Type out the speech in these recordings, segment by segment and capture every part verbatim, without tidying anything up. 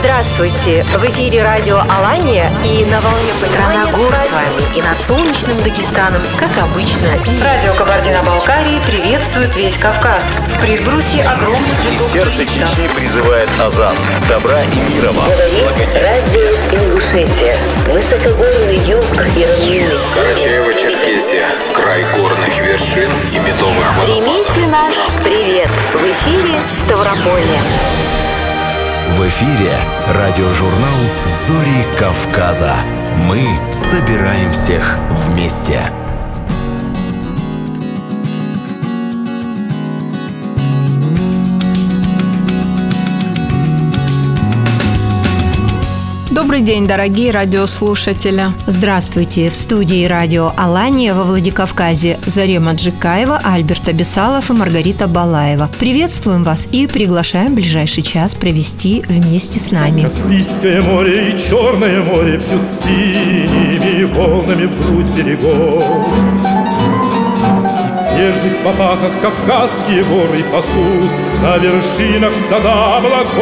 Здравствуйте! В эфире радио Алания и на волне Страна гор с вами и над солнечным Дагестаном, как обычно. Радио Кабардино-Балкарии приветствует весь Кавказ. В Эльбрусе огромный Из сердца Чечни призывает азан. Добра и мира вам. Радио Ингушетия. Высокогорный юг и равнины. Карачаево-Черкесия. Край горных вершин и медовых водопадов. Примите наш привет. В эфире Ставрополье. В эфире радиожурнал «Зори Кавказа». Мы собираем всех вместе. Добрый день, дорогие радиослушатели. Здравствуйте! В студии радио Алания во Владикавказе Зарема Джикаева, Альберт Абисалов и Маргарита Балаева. Приветствуем вас и приглашаем в ближайший час провести вместе с нами. Каспийское море и Черное море пьют синими волнами в грудь берегов. И в снежных попахах кавказские горы пасут на вершинах стада облаков.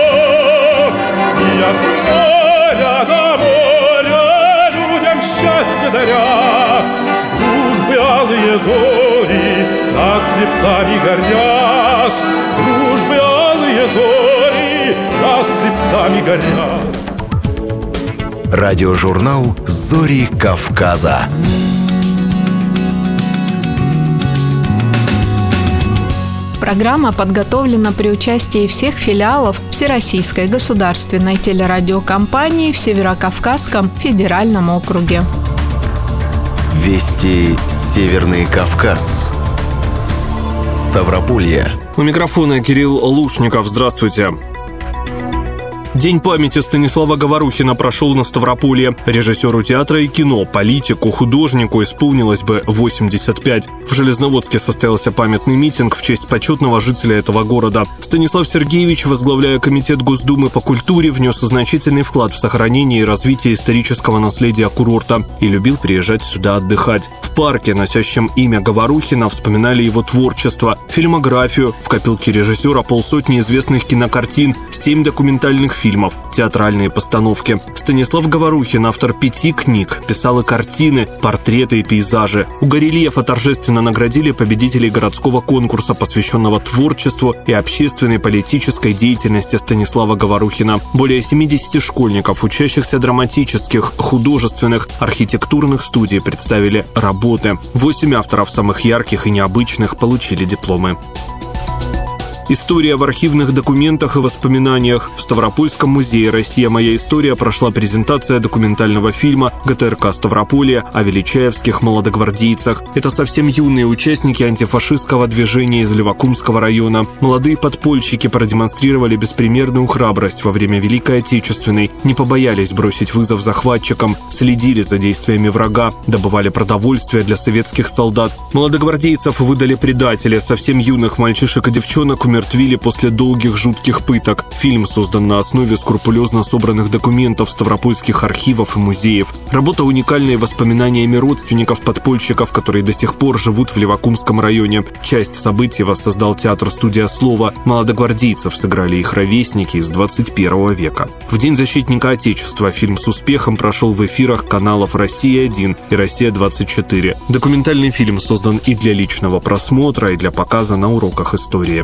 И от моря до моря людям счастье даря, дружбы алые зори над хребтами горят, дружбы алые зори над хребтами горят. Радиожурнал «Зори Кавказа». Программа подготовлена при участии всех филиалов Всероссийской государственной телерадиокомпании в Северокавказском федеральном округе. Вести Северный Кавказ. Ставрополье. У микрофона Кирилл Лушников. Здравствуйте. День памяти Станислава Говорухина прошел на Ставрополье. Режиссеру театра и кино, политику, художнику исполнилось бы восемьдесят пять. В Железноводске состоялся памятный митинг в честь почетного жителя этого города. Станислав Сергеевич, возглавляя Комитет Госдумы по культуре, внес значительный вклад в сохранение и развитие исторического наследия курорта и любил приезжать сюда отдыхать. В парке, носящем имя Говорухина, вспоминали его творчество, фильмографию, в копилке режиссера полсотни известных кинокартин, семь документальных фильмов, театральные постановки. Станислав Говорухин, автор пяти книг, писал и картины, портреты и пейзажи. У горельефа торжественно наградили победителей городского конкурса, посвященного творчеству и общественной политической деятельности Станислава Говорухина. Более семидесяти школьников, учащихся драматических, художественных, архитектурных студий, представили работы. Восемь авторов самых ярких и необычных получили дипломы. История в архивных документах и воспоминаниях. В Ставропольском музее «Россия. Моя история» прошла презентация документального фильма ГТРК Ставрополье о величаевских молодогвардейцах. Это совсем юные участники антифашистского движения из Левокумского района. Молодые подпольщики продемонстрировали беспримерную храбрость во время Великой Отечественной, не побоялись бросить вызов захватчикам, следили за действиями врага, добывали продовольствие для советских солдат. Молодогвардейцев выдали предатели, совсем юных мальчишек и девчонок умерли умертвили после долгих жутких пыток. Фильм создан на основе скрупулезно собранных документов ставропольских архивов и музеев. Работа уникальная воспоминаниями родственников подпольщиков, которые до сих пор живут в Левокумском районе. Часть событий воссоздал театр-студия «Слово». Молодогвардейцев сыграли их ровесники из двадцать первого века. В День защитника Отечества фильм с успехом прошел в эфирах каналов «Россия один» и «Россия двадцать четыре». Документальный фильм создан и для личного просмотра, и для показа на уроках истории.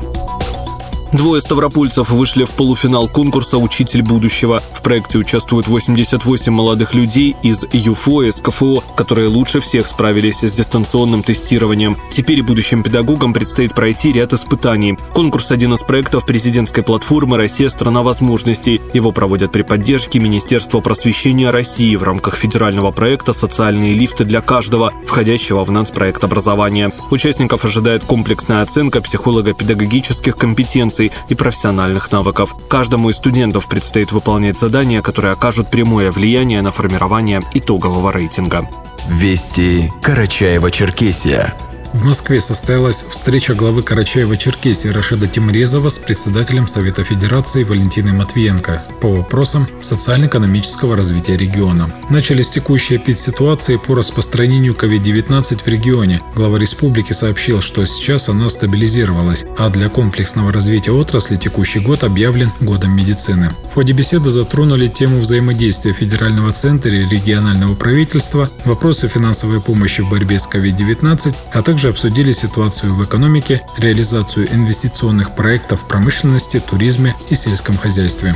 Двое ставропольцев вышли в полуфинал конкурса «Учитель будущего». В проекте участвуют восемьдесят восемь молодых людей из ЮФО и СКФО, которые лучше всех справились с дистанционным тестированием. Теперь будущим педагогам предстоит пройти ряд испытаний. Конкурс – один из проектов президентской платформы «Россия – страна возможностей». Его проводят при поддержке Министерства просвещения России в рамках федерального проекта «Социальные лифты для каждого», входящего в нацпроект образования. Участников ожидает комплексная оценка психолого-педагогических компетенций и профессиональных навыков. Каждому из студентов предстоит выполнять задания, которые окажут прямое влияние на формирование итогового рейтинга. Вести Карачаево-Черкесия. В Москве состоялась встреча главы Карачаева-Черкесии Рашида Тимрезова с председателем Совета Федерации Валентиной Матвиенко по вопросам социально-экономического развития региона. Начали с текущей эпидситуации по распространению ковид девятнадцать в регионе. Глава республики сообщил, что сейчас она стабилизировалась, а для комплексного развития отрасли текущий год объявлен годом медицины. В ходе беседы затронули тему взаимодействия федерального центра и регионального правительства, вопросы финансовой помощи в борьбе с ковид девятнадцать, а также обсудили ситуацию в экономике, реализацию инвестиционных проектов в промышленности, туризме и сельском хозяйстве.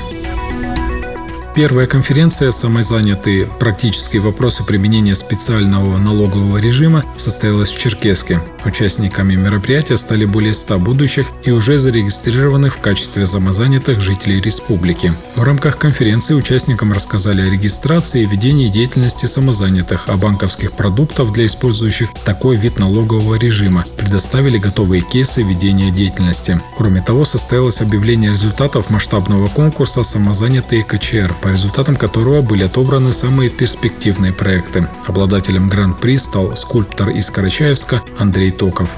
Первая конференция «Самозанятые. Практические вопросы применения специального налогового режима» состоялась в Черкесске. Участниками мероприятия стали более ста будущих и уже зарегистрированных в качестве самозанятых жителей республики. В рамках конференции участникам рассказали о регистрации и ведении деятельности самозанятых, о банковских продуктах для использующих такой вид налогового режима, предоставили готовые кейсы ведения деятельности. Кроме того, состоялось объявление результатов масштабного конкурса «Самозанятые КЧР», по результатам которого были отобраны самые перспективные проекты. Обладателем гран-при стал скульптор из Карачаевска Андрей Токов.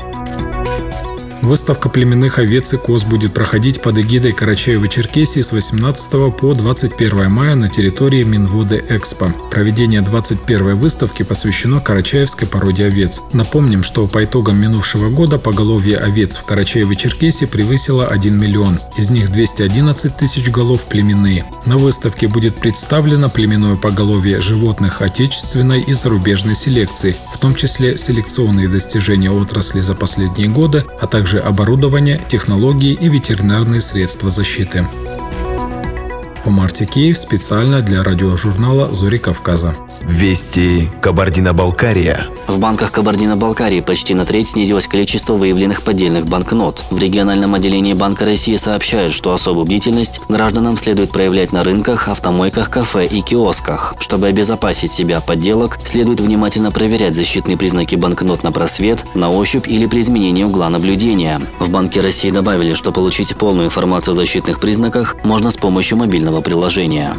Выставка племенных овец и коз будет проходить под эгидой Карачаева-Черкесии с восемнадцатого по двадцать первое мая на территории Минводы-Экспо. Проведение двадцать первой выставки посвящено карачаевской породе овец. Напомним, что по итогам минувшего года поголовье овец в Карачаево-Черкесии превысило один миллион. Из них двести одиннадцать тысяч голов племенные. На выставке будет представлено племенное поголовье животных отечественной и зарубежной селекции, в том числе селекционные достижения отрасли за последние годы, а также оборудование, технологии и ветеринарные средства защиты. Омар Тикеев специально для радиожурнала «Зори Кавказа». Вести Кабардино-Балкария. В банках Кабардино-Балкарии почти на треть снизилось количество выявленных поддельных банкнот. В региональном отделении Банка России сообщают, что особую бдительность гражданам следует проявлять на рынках, автомойках, кафе и киосках. Чтобы обезопасить себя от подделок, следует внимательно проверять защитные признаки банкнот на просвет, на ощупь или при изменении угла наблюдения. В Банке России добавили, что получить полную информацию о защитных признаках можно с помощью мобильного приложения.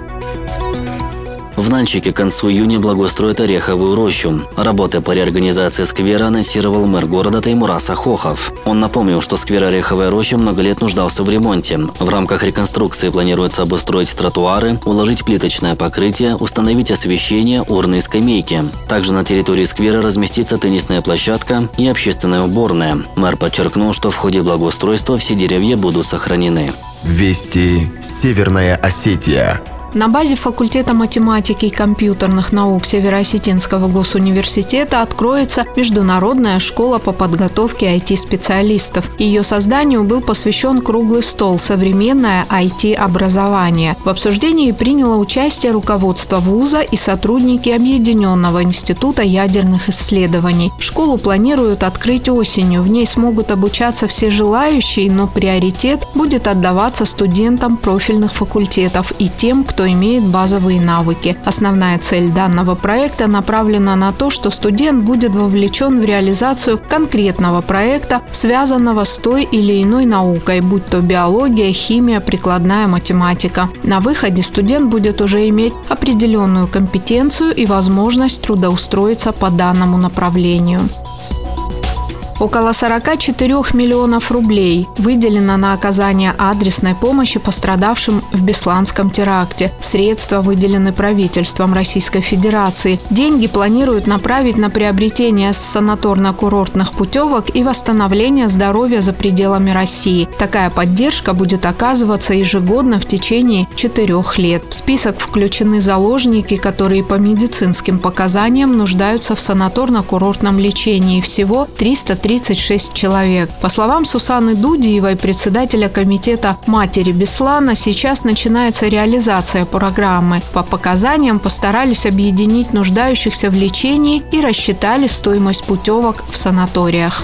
В Нальчике к концу июня благоустроят Ореховую рощу. Работы по реорганизации сквера анонсировал мэр города Таймурас Ахохов. Он напомнил, что сквер Ореховая роща много лет нуждался в ремонте. В рамках реконструкции планируется обустроить тротуары, уложить плиточное покрытие, установить освещение, урны и скамейки. Также на территории сквера разместится теннисная площадка и общественная уборная. Мэр подчеркнул, что в ходе благоустройства все деревья будут сохранены. Вести Северная Осетия. На базе факультета математики и компьютерных наук Северо-Осетинского госуниверситета откроется Международная школа по подготовке ай ти-специалистов. Ее созданию был посвящен круглый стол «Современное ай ти-образование». В обсуждении приняло участие руководство вуза и сотрудники Объединенного института ядерных исследований. Школу планируют открыть осенью. В ней смогут обучаться все желающие, но приоритет будет отдаваться студентам профильных факультетов и тем, кто кто имеет базовые навыки. Основная цель данного проекта направлена на то, что студент будет вовлечен в реализацию конкретного проекта, связанного с той или иной наукой, будь то биология, химия, прикладная математика. На выходе студент будет уже иметь определенную компетенцию и возможность трудоустроиться по данному направлению. Около сорок четыре миллионов рублей выделено на оказание адресной помощи пострадавшим в Бесланском теракте. Средства выделены правительством Российской Федерации. Деньги планируют направить на приобретение санаторно-курортных путевок и восстановление здоровья за пределами России. Такая поддержка будет оказываться ежегодно в течение четырех лет. В список включены заложники, которые по медицинским показаниям нуждаются в санаторно-курортном лечении. Всего триста тридцать шесть человек. По словам Сусаны Дудиевой, председателя комитета «Матери Беслана», сейчас начинается реализация программы. По показаниям постарались объединить нуждающихся в лечении и рассчитали стоимость путевок в санаториях.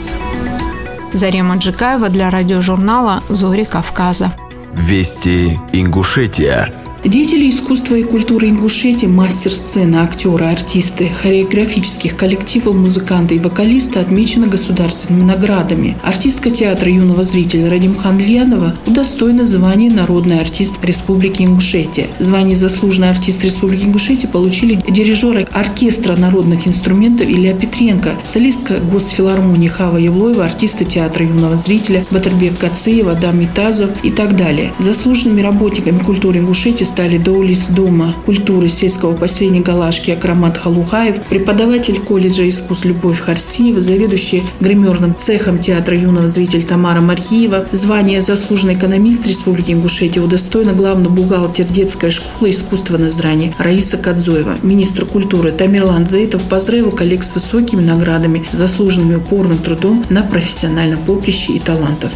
Зарема Джикаева для радиожурнала «Зори Кавказа». Вести Ингушетия. Деятели искусства и культуры Ингушетии, мастер-сцены, актеры, артисты, хореографических коллективов, музыканты и вокалисты отмечены государственными наградами. Артистка театра юного зрителя Радимхан Льянова удостоена звания «Народный артист Республики Ингушетия». Звание «Заслуженный артист Республики Ингушетия» получили дирижеры оркестра народных инструментов Илья Петренко, солистка Госфилармонии Хава Евлоева, артисты театра юного зрителя Батырбек Кацеев, Адам Митазов и так далее. Заслуженными работниками культуры Ингушетии стали Даулис Дома культуры сельского поселения Галашки Акрамат Халухаев, преподаватель колледжа искусств Любовь Харсиева, заведующий гримерным цехом театра юного зрителя Тамара Марьеева. Звание «Заслуженный экономист Республики Ингушетия» удостоена главный бухгалтер детской школы искусства Назрани Раиса Кадзоева. Министр культуры Тамерлан Зейтов поздравил коллег с высокими наградами, заслуженными упорным трудом на профессиональном поприще и талантов.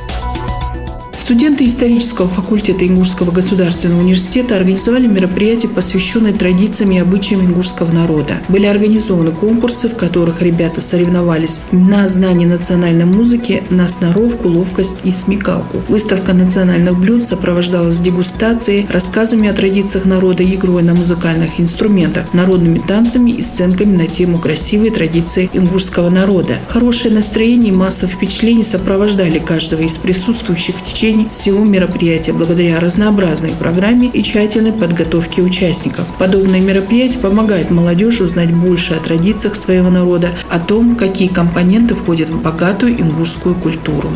Студенты исторического факультета Ингушского государственного университета организовали мероприятие, посвященное традициям и обычаям ингушского народа. Были организованы конкурсы, в которых ребята соревновались на знание национальной музыки, на сноровку, ловкость и смекалку. Выставка национальных блюд сопровождалась дегустацией, рассказами о традициях народа и игрой на музыкальных инструментах, народными танцами и сценками на тему «Красивые традиции ингушского народа». Хорошее настроение и масса впечатлений сопровождали каждого из присутствующих в течение всего мероприятия благодаря разнообразной программе и тщательной подготовке участников. Подобные мероприятия помогают молодежи узнать больше о традициях своего народа, о том, какие компоненты входят в богатую ингушскую культуру.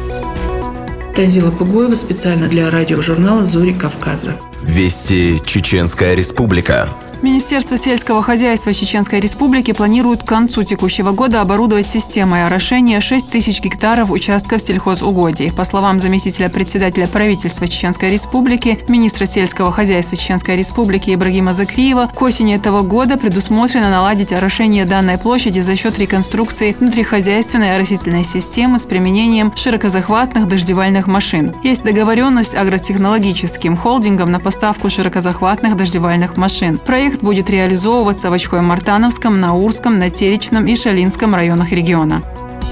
Танзила Пугоева специально для радиожурнала «Зори Кавказа». Вести Чеченская Республика. Министерство сельского хозяйства Чеченской Республики планирует к концу текущего года оборудовать системой орошения шесть тысяч гектаров участков сельхозугодий. По словам заместителя председателя правительства Чеченской Республики, министра сельского хозяйства Чеченской Республики Ибрагима Закриева, к осени этого года предусмотрено наладить орошение данной площади за счет реконструкции внутрихозяйственной оросительной системы с применением широкозахватных дождевальных машин. Есть договоренность агротехнологическим холдингом на поставку широкозахватных дождевальных машин. Проект будет реализовываться в Очкое-Мартановском, Наурском, Натеричном и Шалинском районах региона.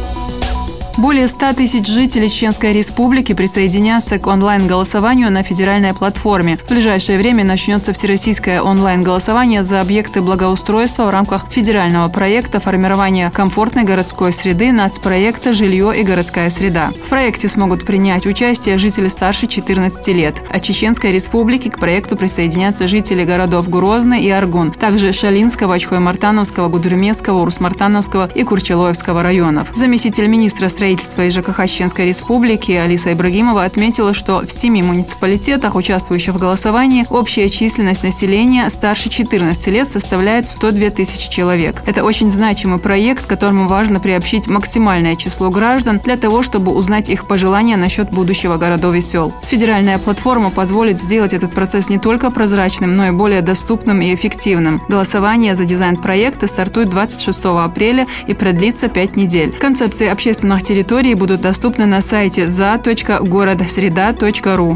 Более ста тысяч жителей Чеченской Республики присоединятся к онлайн-голосованию на федеральной платформе. В ближайшее время начнется всероссийское онлайн-голосование за объекты благоустройства в рамках федерального проекта формирования комфортной городской среды нацпроекта «Жилье и городская среда». В проекте смогут принять участие жители старше четырнадцати лет. От Чеченской Республики к проекту присоединятся жители городов Грозный и Аргун, также Шалинского, Очкое-Мартановского, Гудермесского, Урус-Мартановского и Курчелоевского районов. Заместитель министра строительства и ЖКХ Чеченской Республики Алиса Ибрагимова отметила, что в семи муниципалитетах, участвующих в голосовании, общая численность населения старше четырнадцати лет составляет сто две тысячи человек. Это очень значимый проект, к которому важно приобщить максимальное число граждан для того, чтобы узнать их пожелания насчет будущего городов и сел. Федеральная платформа позволит сделать этот процесс не только прозрачным, но и более доступным и эффективным. Голосование за дизайн проекта стартует двадцать шестого апреля и продлится пять недель. Концепции общественных территорий будут доступны на сайте за точка городсреда точка ру.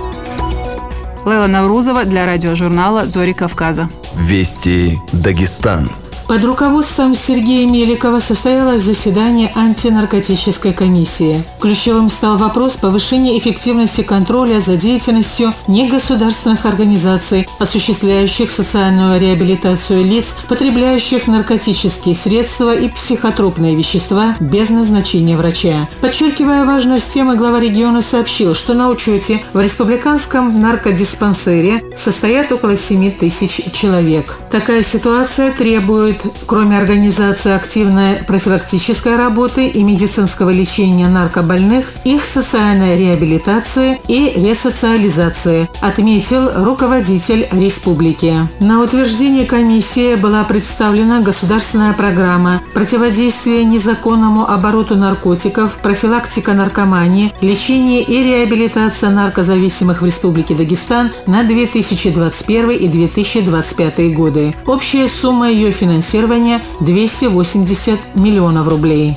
Лейла Наврузова для радиожурнала «Зори Кавказа». Вести Дагестан. Под руководством Сергея Меликова состоялось заседание антинаркотической комиссии. Ключевым стал вопрос повышения эффективности контроля за деятельностью негосударственных организаций, осуществляющих социальную реабилитацию лиц, потребляющих наркотические средства и психотропные вещества без назначения врача. Подчеркивая важность темы, глава региона сообщил, что на учете в республиканском наркодиспансере состоят около семи тысяч человек. Такая ситуация требует, кроме организации активной профилактической работы и медицинского лечения наркобольных, их социальной реабилитации и ресоциализации, отметил руководитель республики. На утверждение комиссии была представлена государственная программа противодействия незаконному обороту наркотиков, профилактика наркомании, лечение и реабилитация наркозависимых в Республике Дагестан на две тысячи двадцать первый и две тысячи двадцать пятый годы. Общая сумма ее финансирования двести восемьдесят миллионов рублей.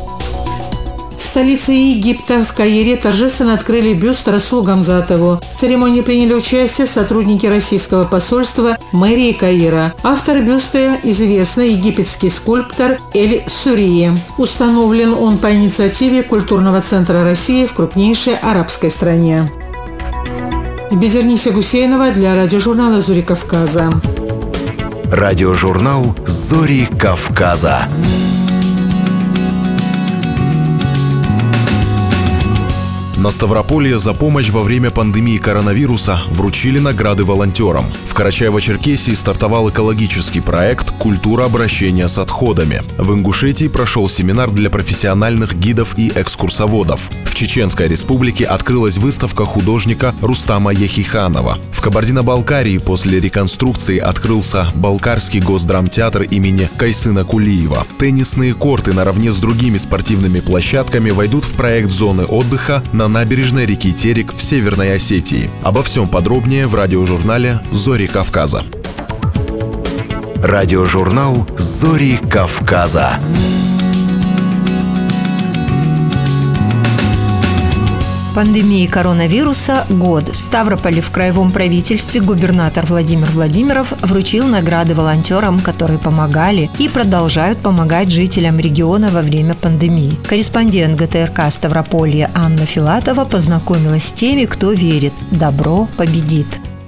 В столице Египта, в Каире, торжественно открыли бюст Расулу Гамзатову. В церемонии приняли участие сотрудники российского посольства мэрии Каира. Автор бюста – известный египетский скульптор Эль-Сурии. Установлен он по инициативе Культурного центра России в крупнейшей арабской стране. Бедерниса Гусейнова для радиожурнала «Зори Кавказа». Радиожурнал «Зори Кавказа». На Ставрополье за помощь во время пандемии коронавируса вручили награды волонтерам. В Карачаево-Черкесии стартовал экологический проект «Культура обращения с отходами». В Ингушетии прошел семинар для профессиональных гидов и экскурсоводов. В Чеченской Республике открылась выставка художника Рустама Яхиханова. В Кабардино-Балкарии после реконструкции открылся Балкарский госдрамтеатр имени Кайсына Кулиева. Теннисные корты наравне с другими спортивными площадками войдут в проект зоны отдыха на набережной реки Терек в Северной Осетии. Обо всем подробнее в радиожурнале «Зори Кавказа». Радиожурнал «Зори Кавказа». Пандемии коронавируса год. В Ставрополе в краевом правительстве губернатор Владимир Владимиров вручил награды волонтерам, которые помогали и продолжают помогать жителям региона во время пандемии. Корреспондент ГТРК Ставрополья Анна Филатова познакомилась с теми, кто верит – добро победит.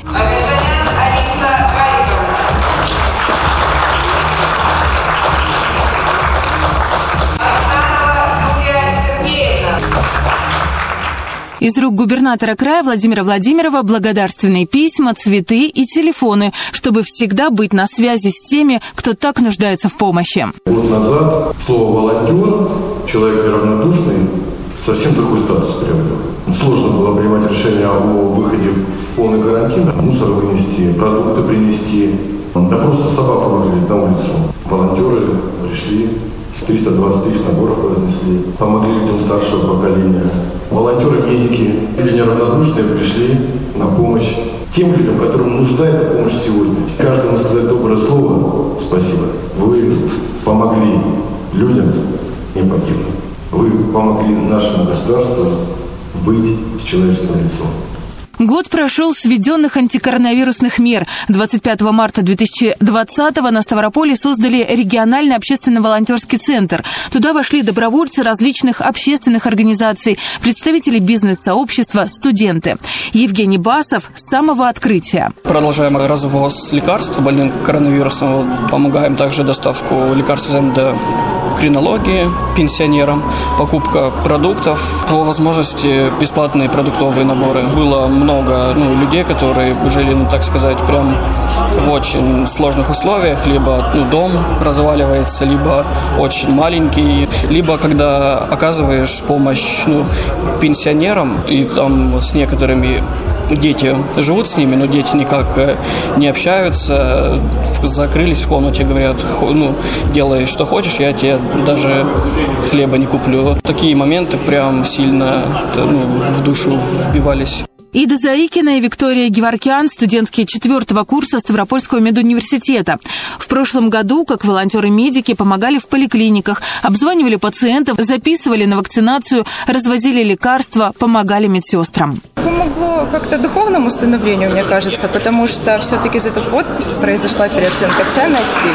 Из рук губернатора края Владимира Владимирова благодарственные письма, цветы и телефоны, чтобы всегда быть на связи с теми, кто так нуждается в помощи. Год назад слово «волонтер», человек неравнодушный, совсем другой статус приобрел. Сложно было принимать решение о выходе в полный карантин, мусор вынести, продукты принести, да просто собаку выгнать на улицу. Волонтеры пришли, триста двадцать тысяч наборов разнесли, помогли людям старшего поколения. Волонтеры-медики, люди неравнодушные, пришли на помощь тем людям, которым нужна эта помощь сегодня. Каждому сказать доброе слово «спасибо». Вы помогли людям не погибнуть. Вы помогли нашему государству быть с человеческим лицом. Год прошел с введенных антикоронавирусных мер. двадцать пятого марта две тысячи двадцатого на Ставрополе создали региональный общественно-волонтерский центр. Туда вошли добровольцы различных общественных организаций, представители бизнес-сообщества, студенты. Евгений Басов с самого открытия. Продолжаем развоз лекарств больным коронавирусом. Помогаем также доставку лекарств из эндокринологии пенсионерам, покупка продуктов, по возможности бесплатные продуктовые наборы. Было много ну, людей, которые жили, ну, так сказать, прям в очень сложных условиях. Либо ну, дом разваливается, либо очень маленький, либо когда оказываешь помощь ну, пенсионерам, и там с некоторыми дети живут с ними, но дети никак не общаются, закрылись в комнате, говорят, ну, делай, что хочешь, я тебе даже хлеба не куплю. Такие моменты прям сильно ну, в душу вбивались. Ида Заикина и Виктория Геворкян, студентки четвертого курса Ставропольского медуниверситета. В прошлом году, как волонтеры-медики, помогали в поликлиниках, обзванивали пациентов, записывали на вакцинацию, развозили лекарства, помогали медсестрам. Помогло как-то духовному становлению, мне кажется, потому что все-таки за этот год произошла переоценка ценностей.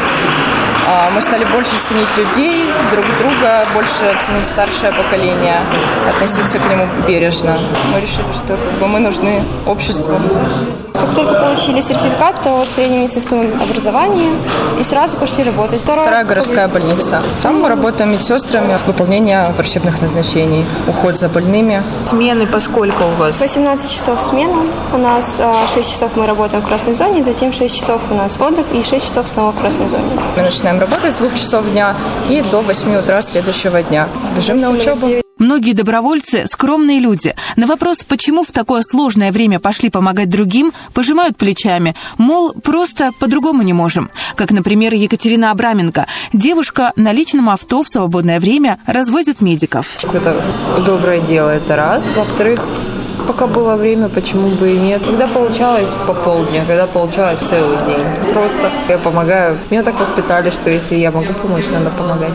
Мы стали больше ценить людей, друг друга, больше ценить старшее поколение, относиться к нему бережно. Мы решили, что как бы, мы нужны обществу. Как только получили сертификат о среднем медицинском образовании и сразу пошли работать. Вторая, Вторая городская больница. Там мы работаем медсестрами, выполнение врачебных назначений, уход за больными. Смены по сколько у вас? восемнадцать часов смена. У нас шесть часов мы работаем в красной зоне, затем шесть часов у нас отдых и шесть часов снова в красной зоне. Мы начинаем работать с двух часов дня и до восьми утра следующего дня. Бежим на учебу. Многие добровольцы – скромные люди. На вопрос, почему в такое сложное время пошли помогать другим, пожимают плечами. Мол, просто по-другому не можем. Как, например, Екатерина Абраменко. Девушка на личном авто в свободное время развозит медиков. Это доброе дело, это раз. Во-вторых, пока было время, почему бы и нет. Когда получалось по полдня, когда получалось целый день. Просто я помогаю. Меня так воспитали, что если я могу помочь, надо помогать.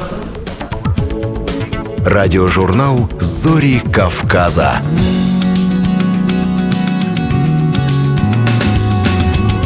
Радиожурнал «Зори Кавказа».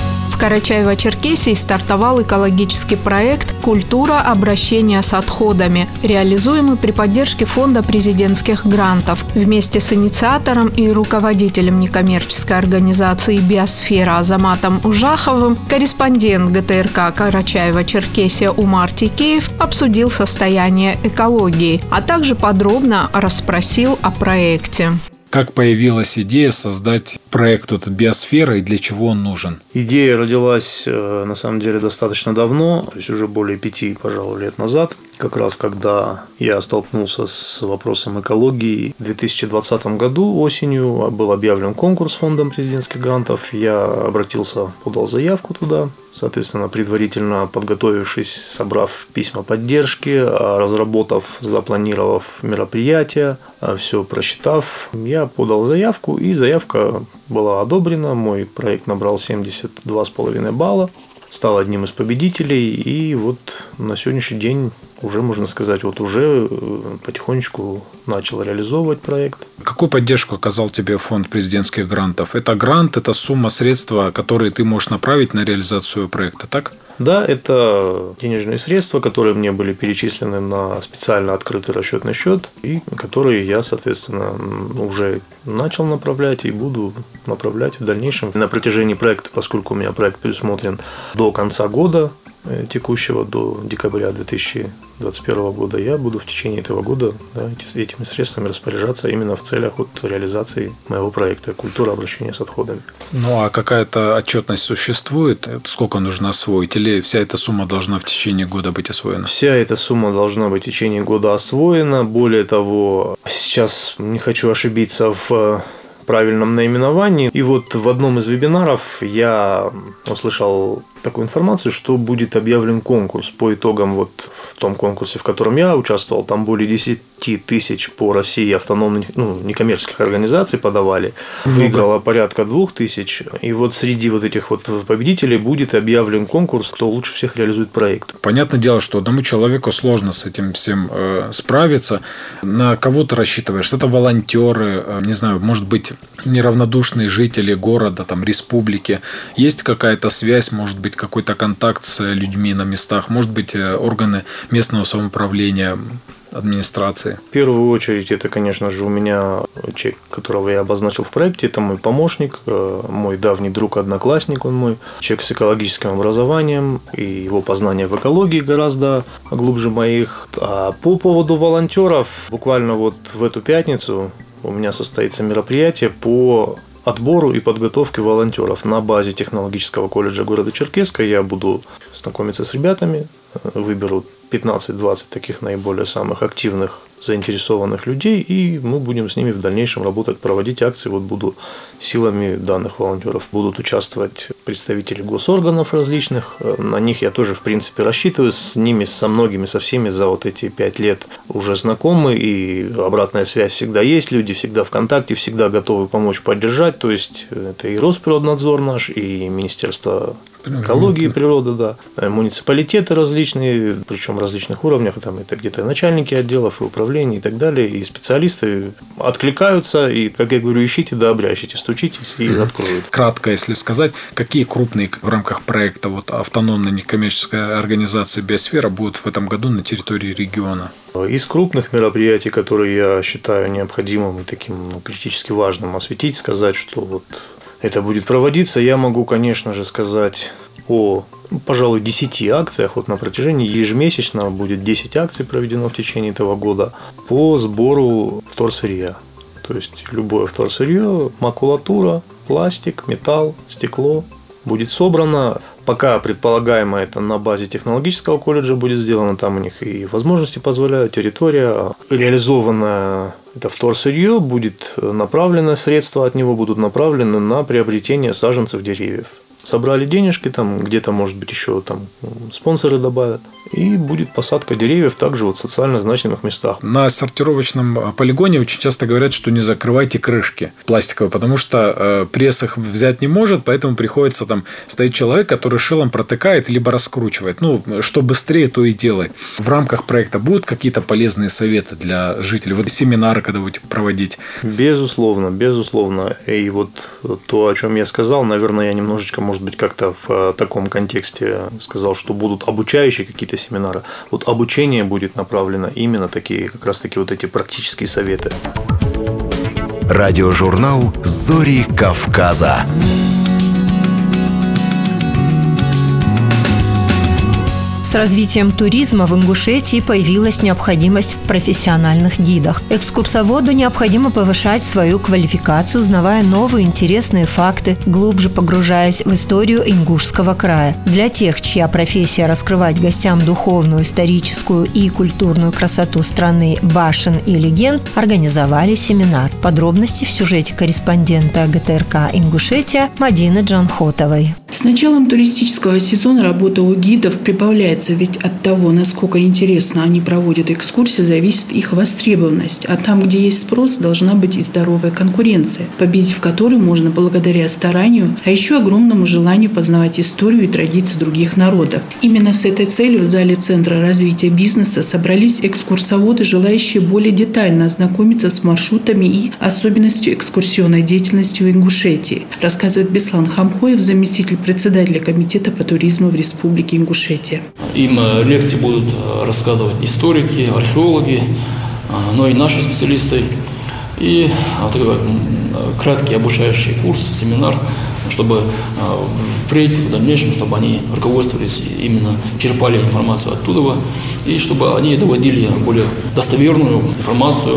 Карачаево-Черкесии стартовал экологический проект «Культура обращения с отходами», реализуемый при поддержке Фонда президентских грантов. Вместе с инициатором и руководителем некоммерческой организации «Биосфера» Азаматом Ужаховым корреспондент ГТРК Карачаево-Черкесия Умар Тикеев обсудил состояние экологии, а также подробно расспросил о проекте. Как появилась идея создать проект этот «Биосфера» и для чего он нужен? Идея родилась, на самом деле, достаточно давно, то есть уже более пяти, пожалуй, лет назад. Как раз когда я столкнулся с вопросом экологии, в две тысячи двадцатом году осенью был объявлен конкурс Фондом президентских грантов. Я обратился, подал заявку туда, соответственно, предварительно подготовившись, собрав письма поддержки, разработав, запланировав мероприятия, все просчитав, я подал заявку, и заявка была одобрена. Мой проект набрал семьдесят два с половиной балла, стал одним из победителей, и вот на сегодняшний день уже, можно сказать, вот уже потихонечку начал реализовывать проект. Какую поддержку оказал тебе фонд президентских грантов? Это грант, это сумма средства, которые ты можешь направить на реализацию проекта, так? Да, это денежные средства, которые мне были перечислены на специально открытый расчетный счет, и которые я, соответственно, уже начал направлять и буду направлять в дальнейшем. На протяжении проекта, поскольку у меня проект предусмотрен до конца года текущего, до декабря две тысячи двадцать первого года, я буду в течение этого года, да, этими средствами распоряжаться именно в целях вот реализации моего проекта «Культура обращения с отходами». Ну, а какая-то отчетность существует? Сколько нужно освоить? Или вся эта сумма должна в течение года быть освоена? Вся эта сумма должна быть в течение года освоена. Более того, сейчас не хочу ошибиться в правильном наименовании. И вот в одном из вебинаров я услышал такую информацию, что будет объявлен конкурс. По итогам вот в том конкурсе, в котором я участвовал, там более десяти тысяч по России автономных, ну, некоммерческих организаций подавали. Выиграло порядка двух тысяч. И вот среди вот этих вот победителей будет объявлен конкурс, кто лучше всех реализует проект. Понятное дело, что одному человеку сложно с этим всем э, справиться. На кого ты рассчитываешь? Это волонтеры, э, не знаю, может быть, неравнодушные жители города, там, республики. Есть какая-то связь, может быть, какой-то контакт с людьми на местах, может быть, органы местного самоуправления, администрации? В первую очередь, это, конечно же, у меня человек, которого я обозначил в проекте, это мой помощник, мой давний друг, одноклассник, он мой, человек с экологическим образованием, и его познания в экологии гораздо глубже моих. А по поводу волонтеров, буквально вот в эту пятницу у меня состоится мероприятие по отбору и подготовке волонтеров на базе технологического колледжа города Черкесска. Я буду знакомиться с ребятами, выберу пятнадцать-двадцать таких наиболее самых активных, заинтересованных людей, и мы будем с ними в дальнейшем работать, проводить акции. Вот буду силами данных волонтеров. Будут участвовать представители госорганов различных. На них я тоже, в принципе, рассчитываю. С ними, со многими, со всеми за вот эти пять лет уже знакомы, и обратная связь всегда есть. Люди всегда в контакте, всегда готовы помочь, поддержать. То есть, это и Росприроднадзор наш, и Министерство экологии и природы, да, муниципалитеты различные, причем в различных уровнях, там это где-то начальники отделов и управлений и так далее, и специалисты откликаются, и, как я говорю, ищите да обрящите, стучитесь и mm-hmm. откроют. Кратко, если сказать, какие крупные в рамках проекта вот, автономной некоммерческой организации «Биосфера» будут в этом году на территории региона? Из крупных мероприятий, которые я считаю необходимым и таким ну, критически важным осветить, сказать, что вот это будет проводиться, я могу, конечно же, сказать о, пожалуй, десяти акциях. Вот на протяжении ежемесячно будет десять акций проведено в течение этого года по сбору вторсырья. То есть, любое вторсырье, макулатура, пластик, металл, стекло будет собрано. Пока предполагаемо это на базе технологического колледжа будет сделано, там у них и возможности позволяют, территория. Реализованное это вторсырье будет направлено, средства от него будут направлены на приобретение саженцев деревьев. Собрали денежки, там где-то, может быть, еще там спонсоры добавят, и будет посадка деревьев также вот в социально значимых местах. На сортировочном полигоне очень часто говорят, что не закрывайте крышки пластиковые, потому что э, пресс их взять не может, поэтому приходится там стоит человек, который шилом протыкает либо раскручивает. Ну, что быстрее, то и делай. В рамках проекта будут какие-то полезные советы для жителей? Вот семинары, когда будете проводить? Безусловно, безусловно. И вот то, о чем я сказал, наверное, я немножечко, может быть, как-то в таком контексте сказал, что будут обучающие какие-то семинары. Вот обучение будет направлено именно такие, как раз-таки вот эти практические советы. Радиожурнал «Зори Кавказа». С развитием туризма в Ингушетии появилась необходимость в профессиональных гидах. Экскурсоводу необходимо повышать свою квалификацию, узнавая новые интересные факты, глубже погружаясь в историю Ингушского края. Для тех, чья профессия раскрывать гостям духовную, историческую и культурную красоту страны, башен и легенд, организовали семинар. Подробности в сюжете корреспондента ГТРК «Ингушетия» Мадины Джанхотовой. С началом туристического сезона работа у гидов прибавляется, ведь от того, насколько интересно они проводят экскурсии, зависит их востребованность. А там, где есть спрос, должна быть и здоровая конкуренция, победить в которой можно благодаря старанию, а еще огромному желанию познавать историю и традиции других народов. Именно с этой целью в зале Центра развития бизнеса собрались экскурсоводы, желающие более детально ознакомиться с маршрутами и особенностью экскурсионной деятельности в Ингушетии, рассказывает Беслан Хамхоев, заместитель председателя комитета по туризму в Республике Ингушетия. Им лекции будут рассказывать историки, археологи, но и наши специалисты. И такой краткий обучающий курс, семинар, чтобы впредь, в дальнейшем, чтобы они руководствовались, именно черпали информацию оттуда, и чтобы они доводили более достоверную информацию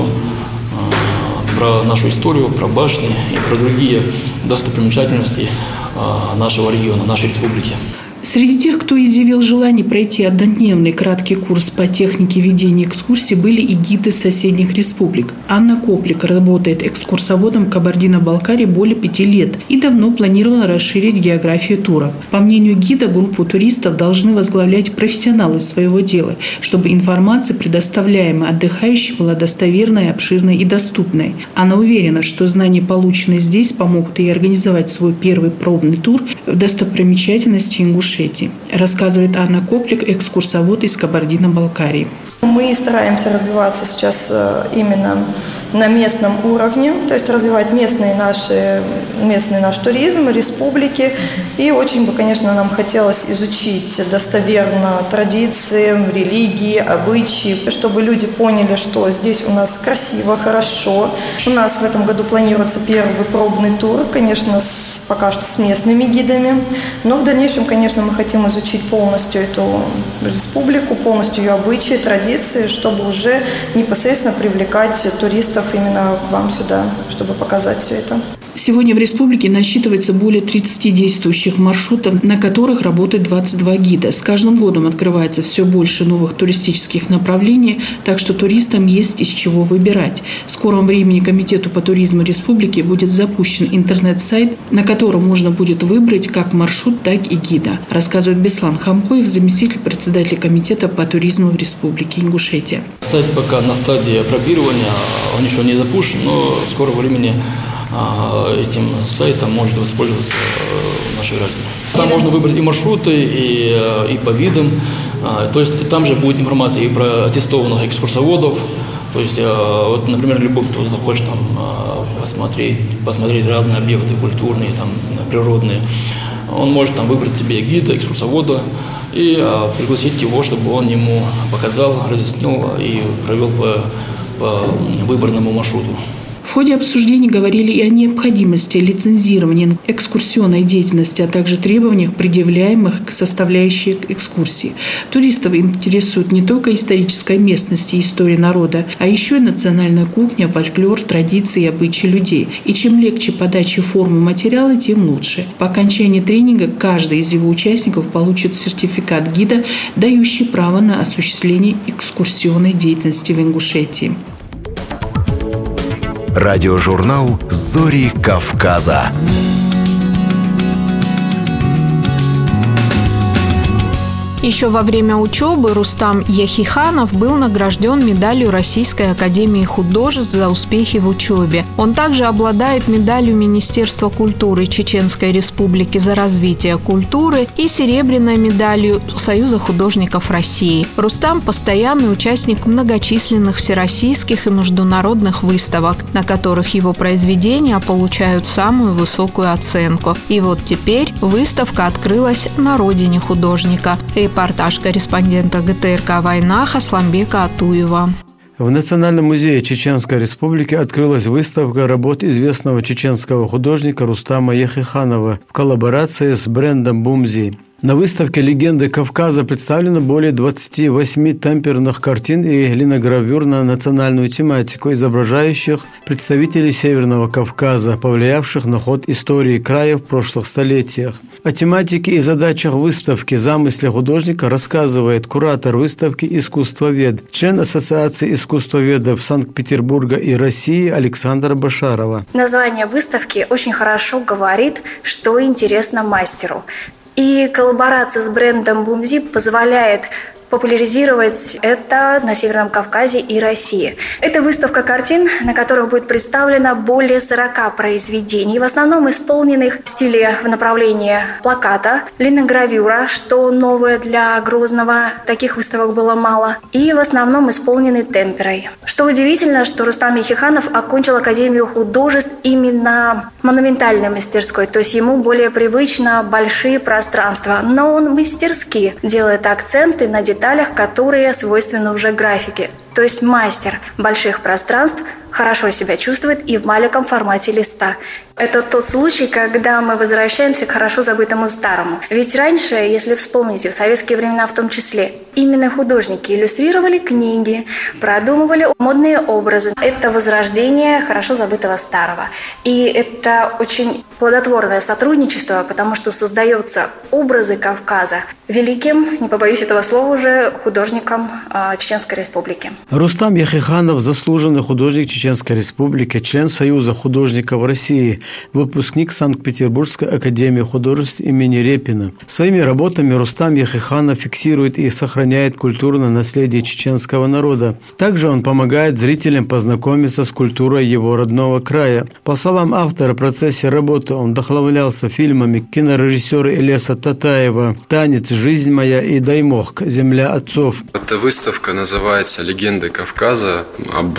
про нашу историю, про башни и про другие достопримечательности нашего региона, нашей республики. Среди тех, кто изъявил желание пройти однодневный краткий курс по технике ведения экскурсий, были и гиды соседних республик. Анна Коплик работает экскурсоводом в Кабардино-Балкарии более пяти лет и давно планировала расширить географию туров. По мнению гида, группу туристов должны возглавлять профессионалы своего дела, чтобы информация, предоставляемая отдыхающим, была достоверной, обширной и доступной. Она уверена, что знания, полученные здесь, помогут ей организовать свой первый пробный тур в достопримечательности Ингушетии. Рассказывает Анна Коплик, экскурсовод из Кабардино-Балкарии. Мы стараемся развиваться сейчас именно на местном уровне, то есть развивать местные наши, местный наш туризм, республики. И очень бы, конечно, нам хотелось изучить достоверно традиции, религии, обычаи, чтобы люди поняли, что здесь у нас красиво, хорошо. У нас в этом году планируется первый пробный тур, конечно, с, пока что с местными гидами. Но в дальнейшем, конечно, мы хотим изучить полностью эту республику, полностью ее обычаи, традиции, чтобы уже непосредственно привлекать туристов именно к вам сюда, чтобы показать все это. Сегодня в республике насчитывается более тридцати действующих маршрутов, на которых работает двадцать два гида. С каждым годом открывается все больше новых туристических направлений, так что туристам есть из чего выбирать. В скором времени Комитету по туризму республики будет запущен интернет-сайт, на котором можно будет выбрать как маршрут, так и гида, рассказывает Беслан Хамхоев, заместитель председателя Комитета по туризму в Республике Ингушетия. Сайт пока на стадии пробирования, он еще не запущен, но в скором времени этим сайтом может воспользоваться наши граждане. Там можно выбрать и маршруты, и, и по видам. То есть там же будет информация и про аттестованных экскурсоводов. То есть, вот, например, любой, кто захочет там, посмотреть, посмотреть разные объекты культурные, там, природные, он может там выбрать себе гида, экскурсовода и пригласить его, чтобы он ему показал, разъяснил и провел по, по выбранному маршруту. В ходе обсуждений говорили и о необходимости лицензирования экскурсионной деятельности, а также требованиях, предъявляемых к составляющей экскурсии. Туристов интересует не только историческая местность и история народа, а еще и национальная кухня, фольклор, традиции и обычаи людей. И чем легче подача формы материала, тем лучше. По окончании тренинга каждый из его участников получит сертификат гида, дающий право на осуществление экскурсионной деятельности в Ингушетии. Радиожурнал «Зори Кавказа». Еще во время учебы Рустам Яхиханов был награжден медалью Российской академии художеств за успехи в учебе. Он также обладает медалью Министерства культуры Чеченской Республики за развитие культуры и серебряной медалью Союза художников России. Рустам – постоянный участник многочисленных всероссийских и международных выставок, на которых его произведения получают самую высокую оценку. И вот теперь выставка открылась на родине художника. Репортаж корреспондента ГТРК «Война» Асламбека Атуева. В Национальном музее Чеченской Республики открылась выставка работ известного чеченского художника Рустама Яхиханова в коллаборации с брендом «Бумзи». На выставке «Легенды Кавказа» представлено более двадцати восьми темперных картин и линогравюр на национальную тематику, изображающих представителей Северного Кавказа, повлиявших на ход истории края в прошлых столетиях. О тематике и задачах выставки, замысле художника рассказывает куратор выставки «Искусствовед», член Ассоциации искусствоведов Санкт-Петербурга и России Александра Башарова. Название выставки очень хорошо говорит, что интересно мастеру. И коллаборация с брендом «Бумзи» позволяет популяризировать это на Северном Кавказе и России. Это выставка картин, на которых будет представлено более сорока произведений, в основном исполненных в стиле в направлении плаката, линогравюра, что новое для Грозного, таких выставок было мало, и в основном исполнены темперой. Что удивительно, что Рустам Яхиханов окончил Академию художеств именно монументальной мастерской, то есть ему более привычно большие пространства, но он мастерски делает акценты на деталях, которые свойственны уже графике. То есть мастер больших пространств хорошо себя чувствует и в маленьком формате листа. Это тот случай, когда мы возвращаемся к хорошо забытому старому. Ведь раньше, если вспомните, в советские времена в том числе, именно художники иллюстрировали книги, продумывали модные образы. Это возрождение хорошо забытого старого. И это очень плодотворное сотрудничество, потому что создаются образы Кавказа великим, не побоюсь этого слова уже, художником э, Чеченской Республики. Рустам Яхиханов – заслуженный художник Чеченской Республики, член Союза художников России, выпускник Санкт-Петербургской академии художеств имени Репина. Своими работами Рустам Яхиханов фиксирует и сохраняет культурное наследие чеченского народа. Также он помогает зрителям познакомиться с культурой его родного края. По словам автора, в процессе работы он вдохновлялся фильмами кинорежиссера Ильяса Татаева «Танец, жизнь моя» и «Даймох. Земля отцов». Эта выставка называется «Легенды Кавказа», об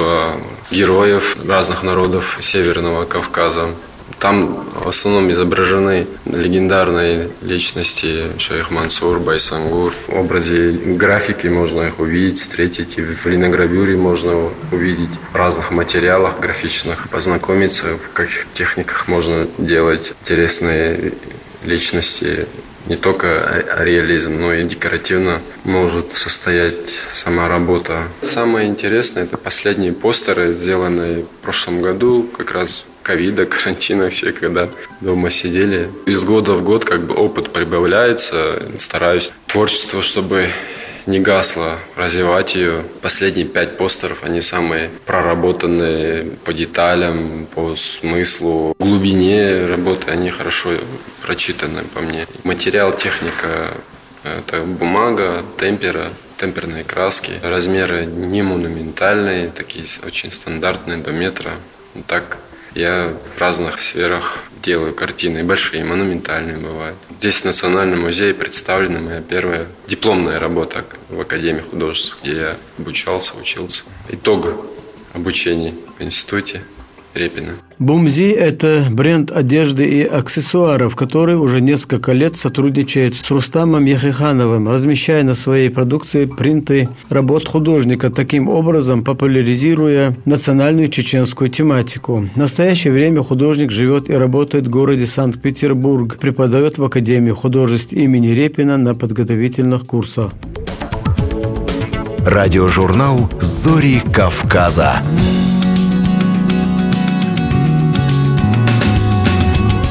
героев разных народов Северного Кавказа. Там в основном изображены легендарные личности: шейх Мансур, Байсангур. В образе графики можно их увидеть, встретить, и в линогравюре можно увидеть, в разных материалах графичных, познакомиться, в каких техниках можно делать интересные личности. Не только реализм, но и декоративно может состоять сама работа. Самое интересное – это последние постеры, сделанные в прошлом году, как раз ковида, карантина, все когда дома сидели. Из года в год как бы опыт прибавляется. Стараюсь творчество, чтобы не гасло, развивать ее. Последние пять постеров, они самые проработанные по деталям, по смыслу, глубине работы, они хорошо прочитаны по мне. Материал, техника – это бумага, темпера, темперные краски. Размеры не монументальные, такие очень стандартные, до метра. Так я в разных сферах делаю картины, большие, монументальные бывают. Здесь в Национальном музее представлена моя первая дипломная работа в Академии художеств, где я обучался, учился. Итог обучения в институте Репина. «Бумзи» – это бренд одежды и аксессуаров, который уже несколько лет сотрудничает с Рустамом Яхихановым, размещая на своей продукции принты работ художника, таким образом популяризируя национальную чеченскую тематику. В настоящее время художник живет и работает в городе Санкт-Петербург, преподает в Академии художеств имени Репина на подготовительных курсах. Радиожурнал «Зори Кавказа». В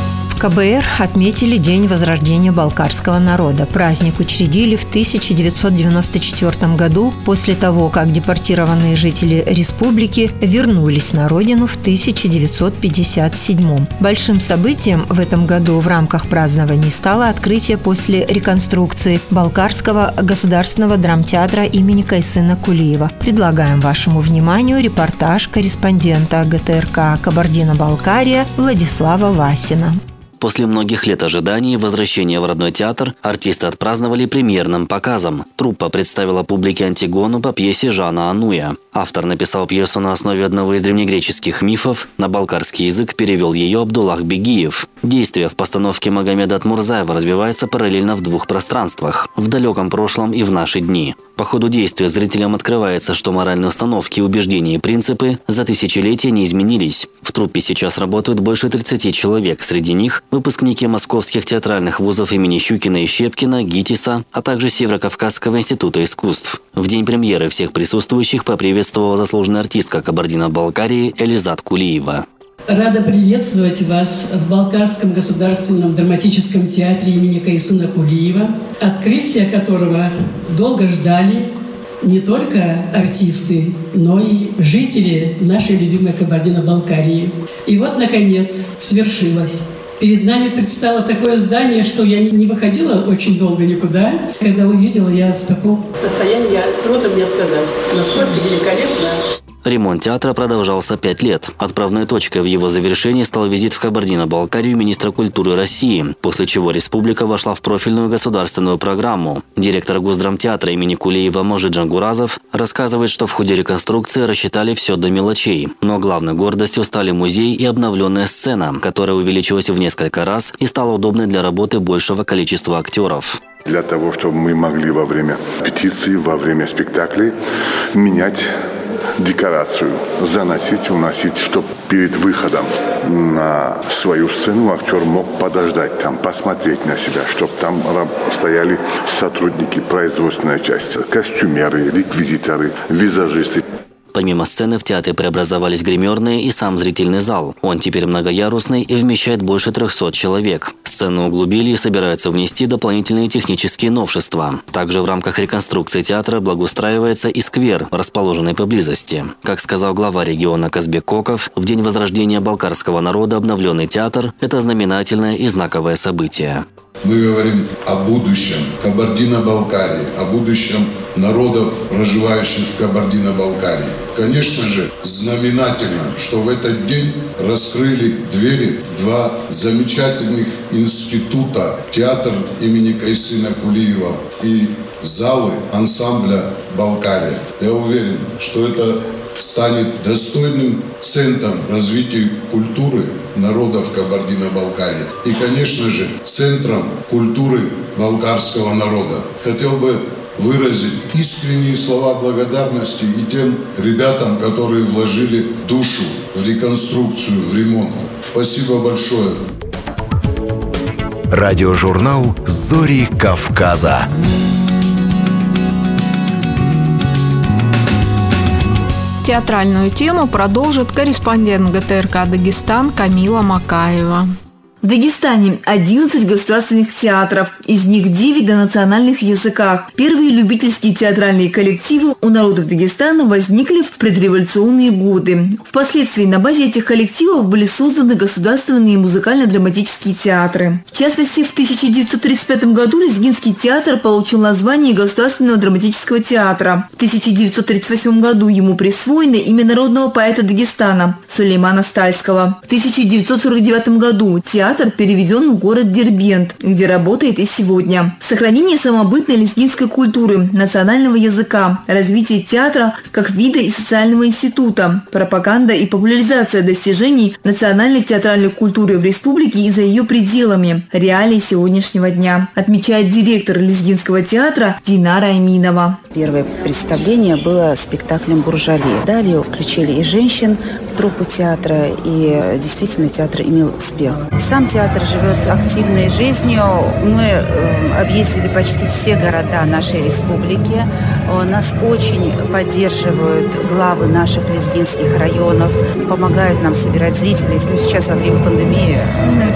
ка бэ эр отметили День возрождения балкарского народа. Праздник учредили в тысяча девятьсот девяносто четвёртом году, после того, как депортированные жители республики вернулись на родину в тысяча девятьсот пятьдесят седьмом. Большим событием в этом году в рамках празднований стало открытие после реконструкции Балкарского государственного драмтеатра имени Кайсына Кулиева. Предлагаем вашему вниманию репортаж корреспондента гэ тэ эр ка «Кабардино-Балкария» Владислава Васина. После многих лет ожиданий возвращения в родной театр артисты отпраздновали премьерным показом. Труппа представила публике Антигону по пьесе Жана Ануя. Автор написал пьесу на основе одного из древнегреческих мифов, на балкарский язык перевел ее Абдуллах Бегиев. Действие в постановке Магомеда Атмурзаева развивается параллельно в двух пространствах – в далеком прошлом и в наши дни. По ходу действия зрителям открывается, что моральные установки, убеждения и принципы за тысячелетия не изменились. В труппе сейчас работают больше тридцати человек, среди них выпускники московских театральных вузов имени Щукина и Щепкина, ГИТИСа, а также Северо-Кавказского института искусств. В день премьеры всех присутствующих поприветствовала заслуженная артистка Кабардино-Балкарии Элизат Кулиева. Рада приветствовать вас в Балкарском государственном драматическом театре имени Кайсына Кулиева, открытие которого долго ждали не только артисты, но и жители нашей любимой Кабардино-Балкарии. И вот, наконец, свершилось. Перед нами предстало такое здание, что я не выходила очень долго никуда. Когда увидела, я в таком состоянии, трудно мне сказать, насколько великолепно. Ремонт театра продолжался пять лет. Отправной точкой в его завершении стал визит в Кабардино-Балкарию министра культуры России, после чего республика вошла в профильную государственную программу. Директор Госдрамтеатра имени Кулиева Можи Джангуразов рассказывает, что в ходе реконструкции рассчитали все до мелочей. Но главной гордостью стали музей и обновленная сцена, которая увеличилась в несколько раз и стала удобной для работы большего количества актеров. Для того, чтобы мы могли во время репетиции, во время спектаклей менять декорацию, заносить, уносить, чтобы перед выходом на свою сцену актер мог подождать там, посмотреть на себя, чтобы там стояли сотрудники производственной части, костюмеры, реквизиторы, визажисты. Помимо сцены в театре преобразовались гримерные и сам зрительный зал. Он теперь многоярусный и вмещает больше трехсот человек. Сцену углубили и собираются внести дополнительные технические новшества. Также в рамках реконструкции театра благоустраивается и сквер, расположенный поблизости. Как сказал глава региона Казбек Коков, в день возрождения балкарского народа обновленный театр – это знаменательное и знаковое событие. Мы говорим о будущем Кабардино-Балкарии, о будущем народов, проживающих в Кабардино-Балкарии. Конечно же, знаменательно, что в этот день раскрыли двери два замечательных института: театр имени Кайсына Кулиева и залы ансамбля «Балкария». Я уверен, что это станет достойным центром развития культуры народов Кабардино-Балкарии и, конечно же, центром культуры балкарского народа. Хотел бы выразить искренние слова благодарности и тем ребятам, которые вложили душу в реконструкцию, в ремонт. Спасибо большое. Радиожурнал «Зори Кавказа». Театральную тему продолжит корреспондент гэ тэ эр ка «Дагестан» Камила Макаева. В Дагестане одиннадцать государственных театров, из них девять на национальных языках. Первые любительские театральные коллективы у народов Дагестана возникли в предреволюционные годы. Впоследствии на базе этих коллективов были созданы государственные музыкально-драматические театры. В частности, в тысяча девятьсот тридцать пятом году Лезгинский театр получил название Государственного драматического театра. В тысяча девятьсот тридцать восьмом году ему присвоено имя народного поэта Дагестана Сулеймана Стальского. В тысяча девятьсот сорок девятом году театр переведен в город Дербент, где работает и сегодня. Сохранение самобытной лезгинской культуры, национального языка, развитие театра как вида и социального института, пропаганда и популяризация достижений национальной театральной культуры в республике и за ее пределами, реалии сегодняшнего дня, отмечает директор Лезгинского театра Динара Аминова. Первое представление было спектаклем «Буржали». Далее включили и женщин в труппу театра, и действительно театр имел успех. Сам театр живет активной жизнью. Мы э, объездили почти все города нашей республики. Нас очень поддерживают главы наших лезгинских районов, помогают нам собирать зрителей. Ну, сейчас во время пандемии ну, это, к сожалению,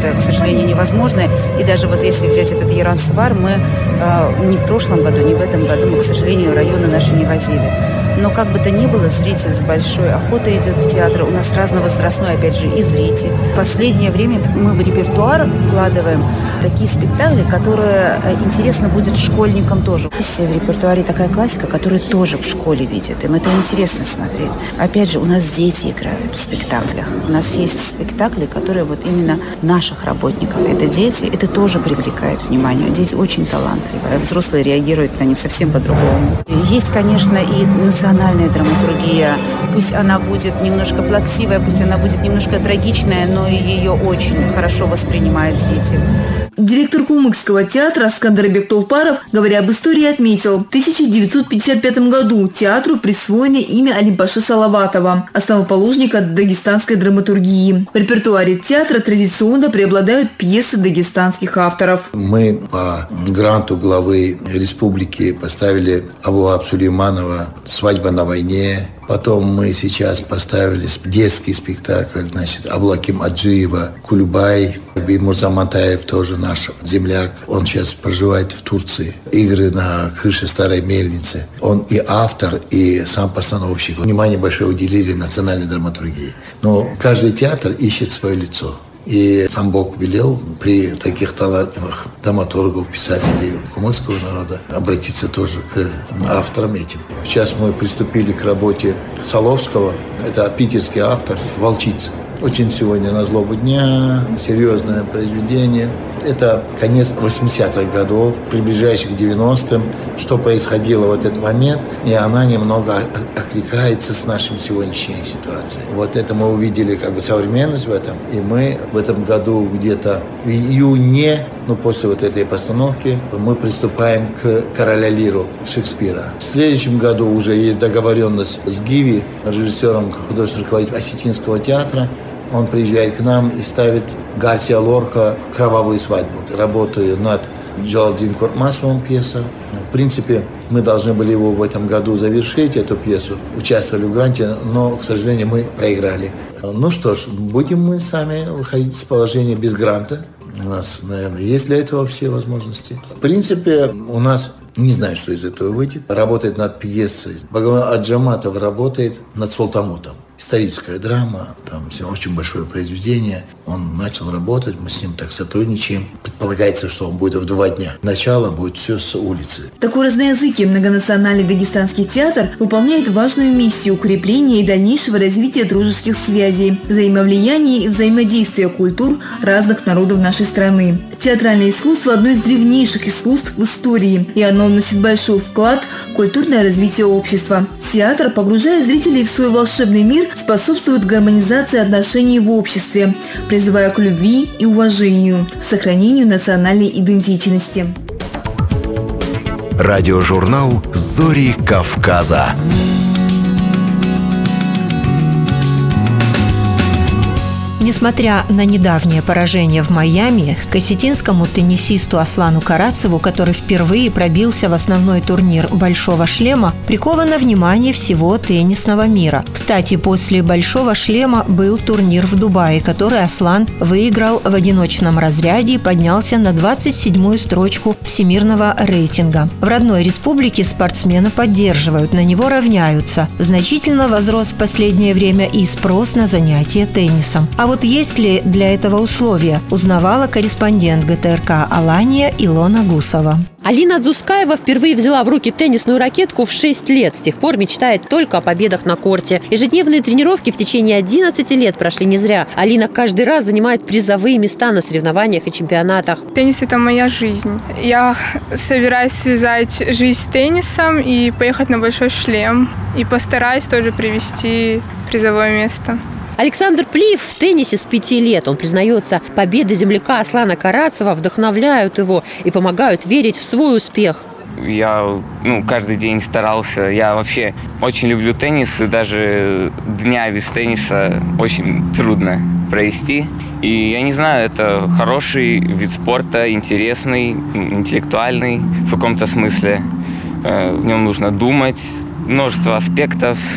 впечатления невозможные. И даже вот если взять этот Ярансвар, мы э, ни в прошлом году, ни в этом году мы, к сожалению, районы наши не возили. Но как бы то ни было, зритель с большой охотой идет в театр. У нас разновозрастной, опять же, и зритель. В последнее время мы в репертуар вкладываем такие спектакли, которые интересно будет школьникам тоже. Есть в репертуаре такая классика, которую тоже в школе видят. Им это интересно смотреть. Опять же, у нас дети играют в спектаклях. У нас есть спектакли, которые вот именно наших работников. Это дети, это тоже привлекает внимание. Дети очень талантливые. Взрослые реагируют на них совсем по-другому. Есть, конечно, и национальная драматургия. Пусть она будет немножко плаксивая, пусть она будет немножко трагичная, но ее очень хорошо воспринимает зритель. Директор Кумыкского театра Скандарбек Толпаров, говоря об истории, отметил, в тысяча девятьсот пятьдесят пятом году театру присвоено имя Алимпаши Салаватова, основоположника дагестанской драматургии. В репертуаре театра традиционно преобладают пьесы дагестанских авторов. Мы по гранту главы республики поставили Абулап Сулейманова «Свадьба на войне». Потом мы сейчас поставили детский спектакль, значит, Аблаким Аджиева «Кулюбай». И Мурза Матаев тоже наш земляк. Он сейчас проживает в Турции. Игры на крыше старой мельницы. Он и автор, и сам постановщик. Внимание большое уделили национальной драматургии. Но каждый театр ищет свое лицо. И сам Бог велел при таких талантливых драматургов, писателей кумыкского народа обратиться тоже к авторам этим. Сейчас мы приступили к работе Соловского. Это питерский автор «Волчица». Очень сегодня на злобу дня, серьезное произведение. Это конец восьмидесятых годов, приближающих к девяностым, что происходило в этот момент, и она немного откликается с нашей сегодняшней ситуацией. Вот это мы увидели как бы современность в этом, и мы в этом году где-то в июне, ну после вот этой постановки, мы приступаем к «Короля Лиру» Шекспира. В следующем году уже есть договоренность с Гиви, режиссером, художественным руководителем Осетинского театра. Он приезжает к нам и ставит Гарсия Лорка «Кровавую свадьбу». Работаю над Джалалдин Кортмасовым пьесой. В принципе, мы должны были его в этом году завершить, эту пьесу. Участвовали в гранте, но, к сожалению, мы проиграли. Ну что ж, будем мы сами выходить из положения без гранта. У нас, наверное, есть для этого все возможности. В принципе, у нас, не знаю, что из этого выйдет, работает над пьесой. Багаман Аджаматов работает над Солтамутом. Историческая драма, там все очень большое произведение. Он начал работать, мы с ним так сотрудничаем. Предполагается, что он будет в два дня. Начало будет все с улицы. Такой разноязыкий многонациональный дагестанский театр выполняет важную миссию укрепления и дальнейшего развития дружеских связей, взаимовлияния и взаимодействия культур разных народов нашей страны. Театральное искусство – одно из древнейших искусств в истории, и оно вносит большой вклад в культурное развитие общества. Театр, погружая зрителей в свой волшебный мир, способствует гармонизации отношений в обществе, призывая к любви и уважению, сохранению национальной идентичности. Радиожурнал «Зори Кавказа». Несмотря на недавнее поражение в Майами, к осетинскому теннисисту Аслану Карацеву, который впервые пробился в основной турнир «Большого шлема», приковано внимание всего теннисного мира. Кстати, после «Большого шлема» был турнир в Дубае, который Аслан выиграл в одиночном разряде и поднялся на двадцать седьмую строчку всемирного рейтинга. В родной республике спортсмена поддерживают, на него равняются. Значительно возрос в последнее время и спрос на занятия теннисом. А вот есть ли для этого условия, узнавала корреспондент ГТРК «Алания» Илона Гусова. Алина Дзускаева впервые взяла в руки теннисную ракетку в шесть лет. С тех пор мечтает только о победах на корте. Ежедневные тренировки в течение одиннадцати лет прошли не зря. Алина каждый раз занимает призовые места на соревнованиях и чемпионатах. Теннис – это моя жизнь. Я собираюсь связать жизнь с теннисом и поехать на Большой шлем. И постараюсь тоже привести призовое место. Александр Плиев в теннисе с пяти лет. Он признается, победы земляка Аслана Карацева вдохновляют его и помогают верить в свой успех. Я ну, каждый день старался. Я вообще очень люблю теннис, и даже дня без тенниса очень трудно провести. И я не знаю, это хороший вид спорта, интересный, интеллектуальный в каком-то смысле. В нем нужно думать, множество аспектов.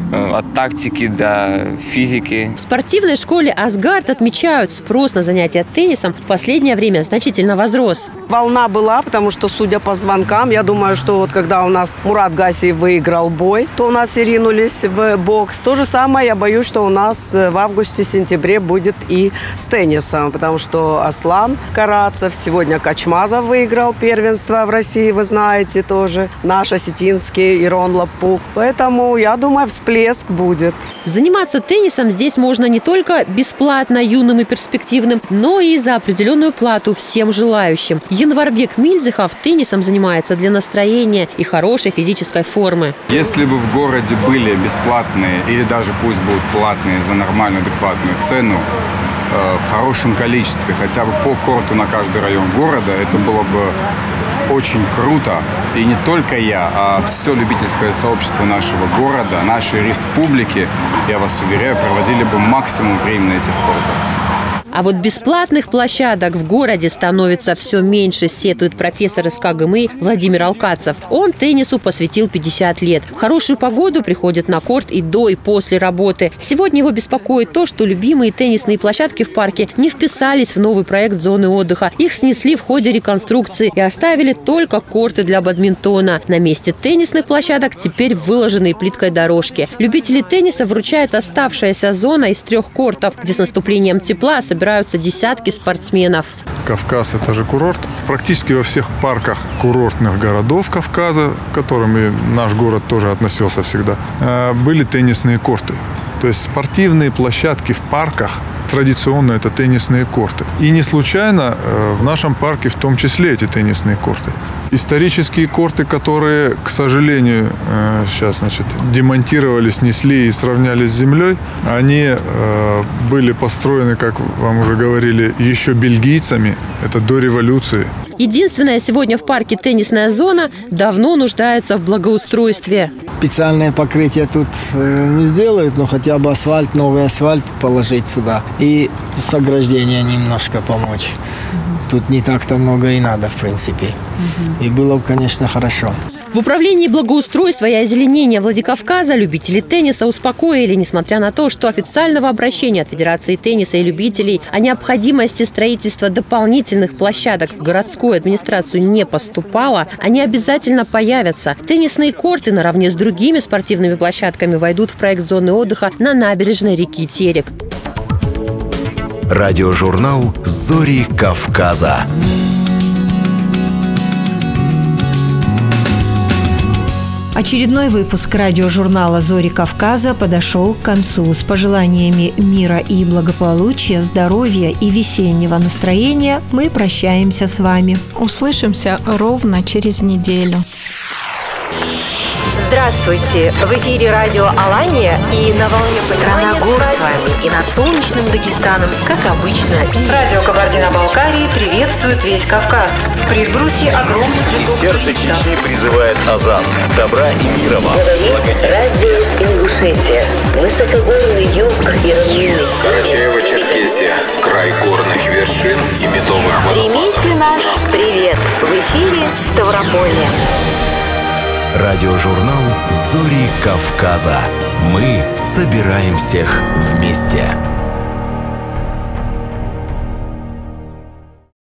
от тактики до физики. В спортивной школе «Асгард» отмечают, спрос на занятия теннисом в последнее время значительно возрос. Волна была, потому что, судя по звонкам, я думаю, что вот когда у нас Мурат Гасиев выиграл бой, то у нас все ринулись в бокс. То же самое, я боюсь, что у нас в августе-сентябре будет и с теннисом, потому что Аслан Карацев, сегодня Качмазов выиграл первенство в России, вы знаете тоже, наш осетинский Ирон Лапу. Поэтому, я думаю, всплеск будет. Заниматься теннисом здесь можно не только бесплатно юным и перспективным, но и за определенную плату всем желающим. Январбек Мильзихов теннисом занимается для настроения и хорошей физической формы. Если бы в городе были бесплатные или даже пусть будут платные за нормальную адекватную цену, э, в хорошем количестве, хотя бы по корту на каждый район города, это было бы очень круто. И не только я, а все любительское сообщество нашего города, нашей республики, я вас уверяю, проводили бы максимум времени на этих кортах. А вот бесплатных площадок в городе становится все меньше, сетует профессор из ка гэ эм и Владимир Алкацев. Он теннису посвятил пятьдесят лет. В хорошую погоду приходит на корт и до, и после работы. Сегодня его беспокоит то, что любимые теннисные площадки в парке не вписались в новый проект зоны отдыха. Их снесли в ходе реконструкции и оставили только корты для бадминтона. На месте теннисных площадок теперь выложенные плиткой дорожки. Любители тенниса вручают оставшаяся зона из трех кортов, где с наступлением тепла собираются собираются десятки спортсменов. Кавказ – это же курорт. Практически во всех парках курортных городов Кавказа, к которым и наш город тоже относился всегда, были теннисные корты. То есть спортивные площадки в парках традиционно это теннисные корты. И не случайно в нашем парке в том числе эти теннисные корты. Исторические корты, которые, к сожалению, сейчас, значит, демонтировали, снесли и сравняли с землей, они были построены, как вам уже говорили, еще бельгийцами. Это до революции. Единственная сегодня в парке теннисная зона давно нуждается в благоустройстве. Специальное покрытие тут не сделают, но хотя бы асфальт, новый асфальт положить сюда. И с ограждением немножко помочь. Тут не так-то много и надо, в принципе. И было бы, конечно, хорошо. В управлении благоустройства и озеленения Владикавказа любители тенниса успокоили, несмотря на то, что официального обращения от Федерации тенниса и любителей о необходимости строительства дополнительных площадок в городскую администрацию не поступало, они обязательно появятся. Теннисные корты наравне с другими спортивными площадками войдут в проект зоны отдыха на набережной реки Терек. Радиожурнал «Зори Кавказа». Очередной выпуск радиожурнала «Зори Кавказа» подошел к концу. С пожеланиями мира и благополучия, здоровья и весеннего настроения мы прощаемся с вами. Услышимся ровно через неделю. Здравствуйте! В эфире радио «Алания» и на волне «Страна гор» с вами и над солнечным Дагестаном, как обычно. Радио Кабардино-Балкарии приветствует весь Кавказ. В предбрусье огромных Из сердца Чечни призывает азан. Добра и мира вам. Радио Ингушетия. Высокогорный юг и равнины. Карачаево-Черкесия. Край горных вершин и медовых водопадов. Примите наш привет. В эфире Ставрополье. Радиожурнал «Зори Кавказа». Мы собираем всех вместе.